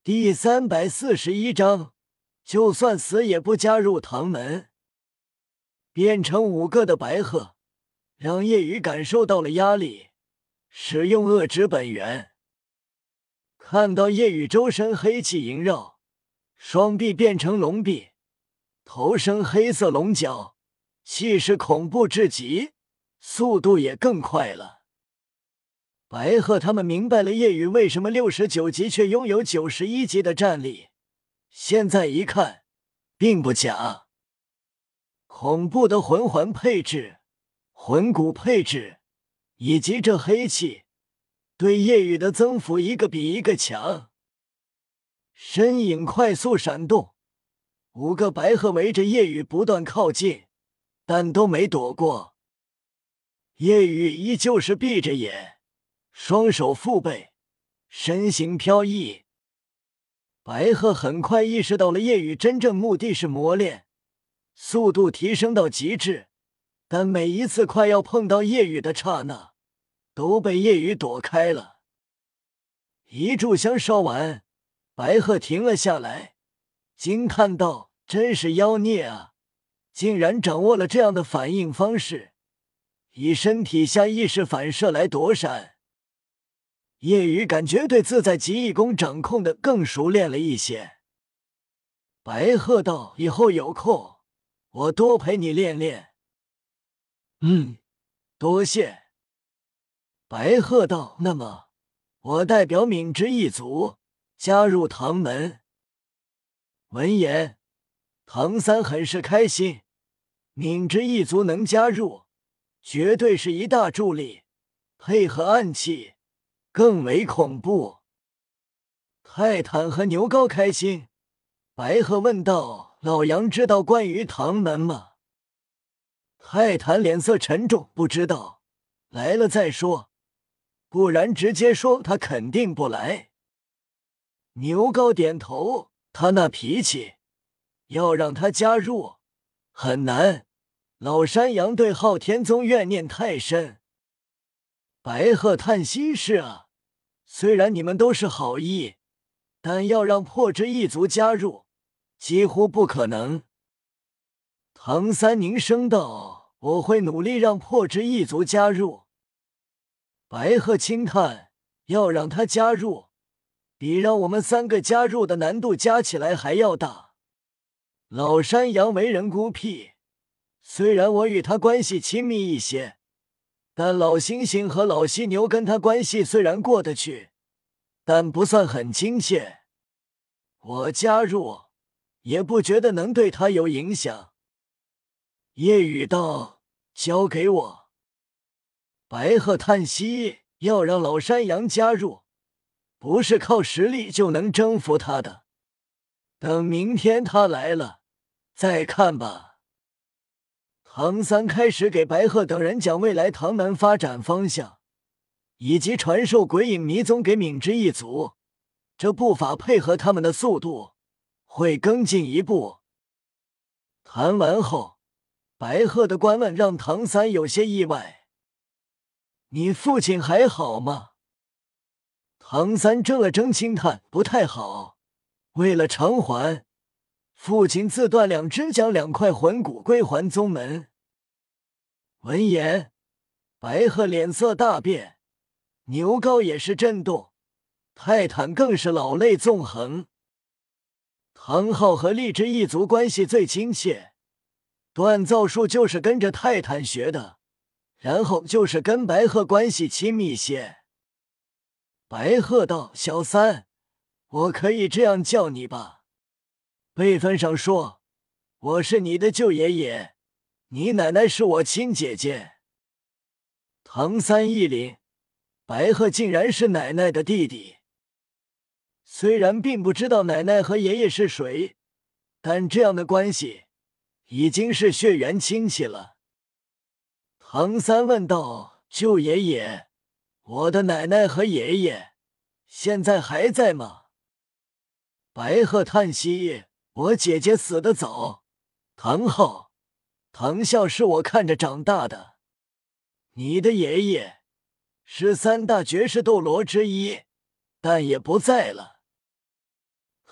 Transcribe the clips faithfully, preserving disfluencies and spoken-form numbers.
第三百四十一章，就算死也不加入唐门。变成五个的白鹤，让夜雨感受到了压力，使用恶之本源。看到夜雨周身黑气萦绕，双臂变成龙臂，头生黑色龙角，气势恐怖至极，速度也更快了。白鹤他们明白了夜雨为什么六十九级却拥有九十一级的战力，现在一看，并不假。恐怖的魂环配置、魂骨配置，以及这黑气，对夜雨的增幅一个比一个强。身影快速闪动，五个白鹤围着夜雨不断靠近，但都没躲过。夜雨依旧是闭着眼，双手负背，身形飘逸。白鹤很快意识到了夜雨真正目的是磨练，速度提升到极致，但每一次快要碰到夜雨的刹那，都被夜雨躲开了。一炷香烧完，白鹤停了下来，惊叹道：“真是妖孽啊，竟然掌握了这样的反应方式，以身体下意识反射来躲闪。”夜雨感觉对自在极意功掌控的更熟练了一些。白鹤道：“以后有空，我多陪你练练。”嗯，多谢。白鹤道：“那么，我代表冥之一族加入唐门。”闻言，唐三很是开心，冥之一族能加入，绝对是一大助力，配合暗器，更为恐怖。泰坦和牛皋开心，白鹤问道：“老杨知道关于唐门吗？”泰坦脸色沉重，不知道，来了再说，不然直接说他肯定不来。牛皋点头，他那脾气，要让他加入很难，老山羊对昊天宗怨念太深。白鹤叹息：“是啊，虽然你们都是好意，但要让破之一族加入，几乎不可能。”唐三凝声道：“我会努力让破之一族加入。”白鹤轻叹：“要让他加入，比让我们三个加入的难度加起来还要大。老山羊为人孤僻，虽然我与他关系亲密一些，但老猩猩和老犀牛跟他关系虽然过得去，但不算很亲切。我加入，也不觉得能对他有影响。”夜雨道：“交给我。”白鹤叹息：“要让老山羊加入，不是靠实力就能征服他的。等明天他来了，再看吧。”唐三开始给白鹤等人讲未来唐门发展方向，以及传授鬼影迷踪给冥之一族，这步伐配合他们的速度，会更进一步。谈完后，白鹤的观问让唐三有些意外：“你父亲还好吗？”唐三怔了怔，轻叹：“不太好，为了偿还，父亲自断两只将两块魂骨归还宗门。”闻言，白鹤脸色大变，牛皋也是震动，泰坦更是老泪纵横。唐昊和荔枝一族关系最亲切，锻造术就是跟着泰坦学的，然后就是跟白鹤关系亲密些。白鹤道：“小三，我可以这样叫你吧？辈分上说，我是你的舅爷爷，你奶奶是我亲姐姐。”唐三一凛，白鹤竟然是奶奶的弟弟。虽然并不知道奶奶和爷爷是谁，但这样的关系已经是血缘亲戚了。唐三问道：“舅爷爷，我的奶奶和爷爷现在还在吗？”白鹤叹息：“我姐姐死得早，唐昊、唐啸是我看着长大的。你的爷爷是三大绝世斗罗之一，但也不在了。”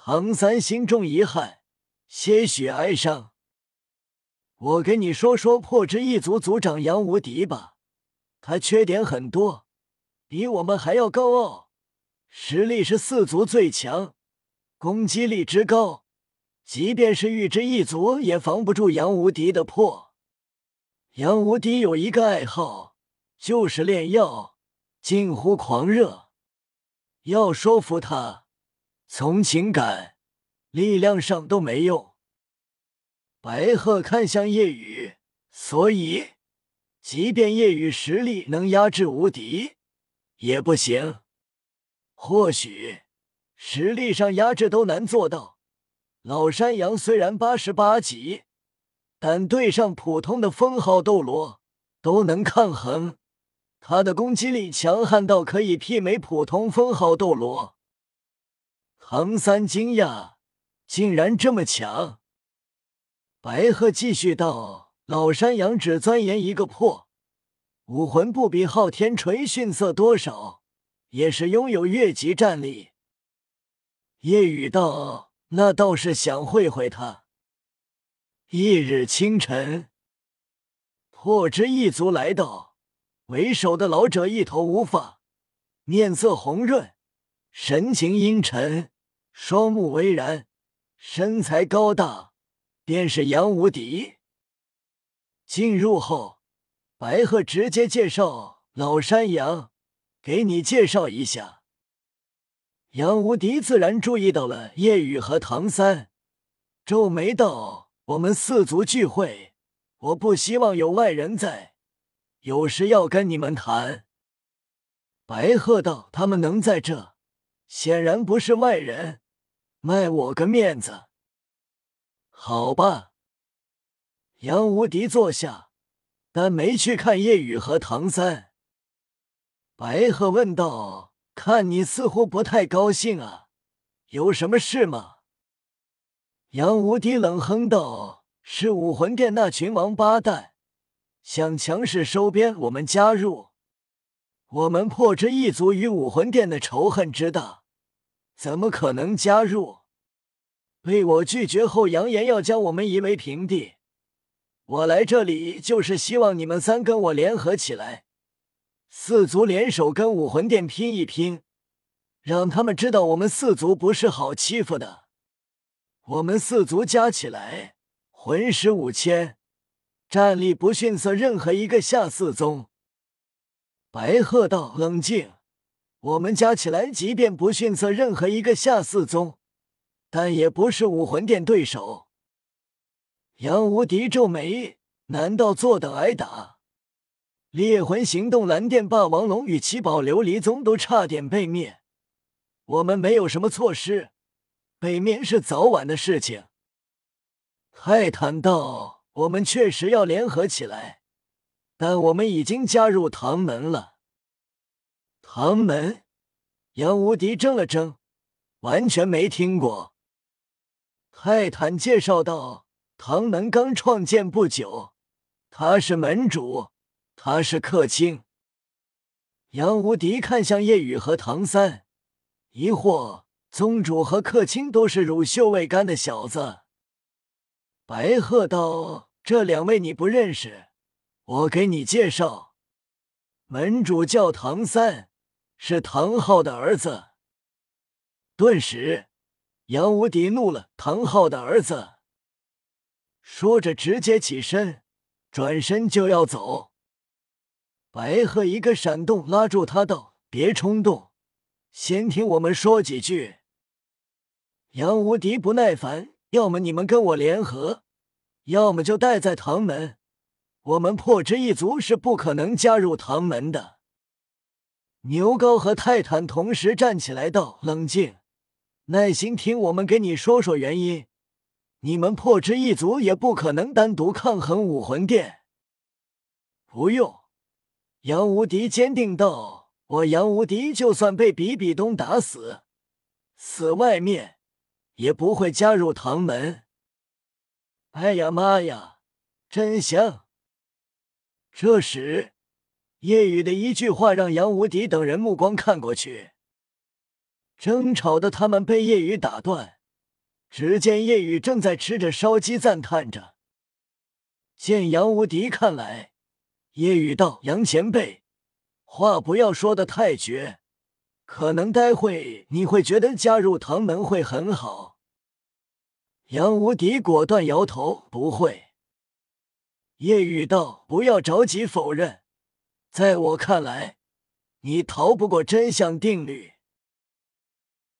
唐三心中一撼，些许哀伤。我给你说说破之一族族长杨无敌吧，他缺点很多，比我们还要高傲，实力是四族最强，攻击力之高，即便是玉之一族也防不住杨无敌的破。杨无敌有一个爱好，就是炼药，近乎狂热。要说服他，从情感、力量上都没用。白鹤看向夜雨，所以即便夜雨实力能压制无敌，也不行。或许实力上压制都难做到。老山羊虽然八十八级，但对上普通的封号斗罗都能抗衡。他的攻击力强悍到可以媲美普通封号斗罗。唐三惊讶，竟然这么强。白鹤继续道：老山羊只钻研一个破，武魂不比昊天锤逊色多少，也是拥有越级战力。夜雨道：那倒是想会会他。翌日清晨，破之一族来到，为首的老者一头乌发，面色红润，神情阴沉，双目微然，身材高大，便是杨无敌。进入后，白鹤直接介绍老山羊，给你介绍一下。杨无敌自然注意到了夜雨和唐三，皱眉道：我们四族聚会，我不希望有外人在，有事要跟你们谈。白鹤道：他们能在这，显然不是外人，卖我个面子。好吧。杨无敌坐下，但没去看夜雨和唐三。白鹤问道：看你似乎不太高兴啊，有什么事吗？杨无敌冷哼道：是武魂殿那群王八蛋，想强势收编我们加入。我们破之一族与武魂殿的仇恨之大，怎么可能加入？被我拒绝后扬言要将我们夷为平地。我来这里就是希望你们三跟我联合起来，四族联手跟武魂殿拼一拼，让他们知道我们四族不是好欺负的。我们四族加起来魂师五千，战力不逊色任何一个下四宗。白鹤道：冷静，我们加起来即便不逊色任何一个下四宗，但也不是武魂殿对手。杨无敌皱眉，难道坐等挨打？猎魂行动蓝电霸王龙与七宝琉璃宗都差点被灭，我们没有什么措施，被灭是早晚的事情。泰坦道：我们确实要联合起来，但我们已经加入唐门了。唐门？杨无敌怔了怔，完全没听过。泰坦介绍道：唐门刚创建不久，他是门主，他是客卿。杨无敌看向夜雨和唐三，疑惑：宗主和客卿都是乳臭未干的小子。白鹤道：这两位你不认识，我给你介绍。门主叫唐三，是唐昊的儿子。顿时杨无敌怒了：唐昊的儿子？说着直接起身，转身就要走。白鹤一个闪动拉住他道：别冲动，先听我们说几句。杨无敌不耐烦：要么你们跟我联合，要么就待在唐门，我们破之一族是不可能加入唐门的。牛皋和泰坦同时站起来道：冷静，耐心听我们给你说说原因，你们破之一族也不可能单独抗衡武魂殿。不用，杨无敌坚定道：我杨无敌就算被比比东打死，死外面也不会加入唐门。哎呀妈呀，真香！这时夜雨的一句话让杨无敌等人目光看过去，争吵的他们被夜雨打断， 只见叶雨正在吃着烧鸡赞叹着。见杨无敌看来，叶雨道：“杨前辈，话不要说得太绝，可能待会你会觉得加入唐门会很好。”杨无敌果断摇头：“不会。”叶雨道：“不要着急否认，在我看来，你逃不过真相定律。”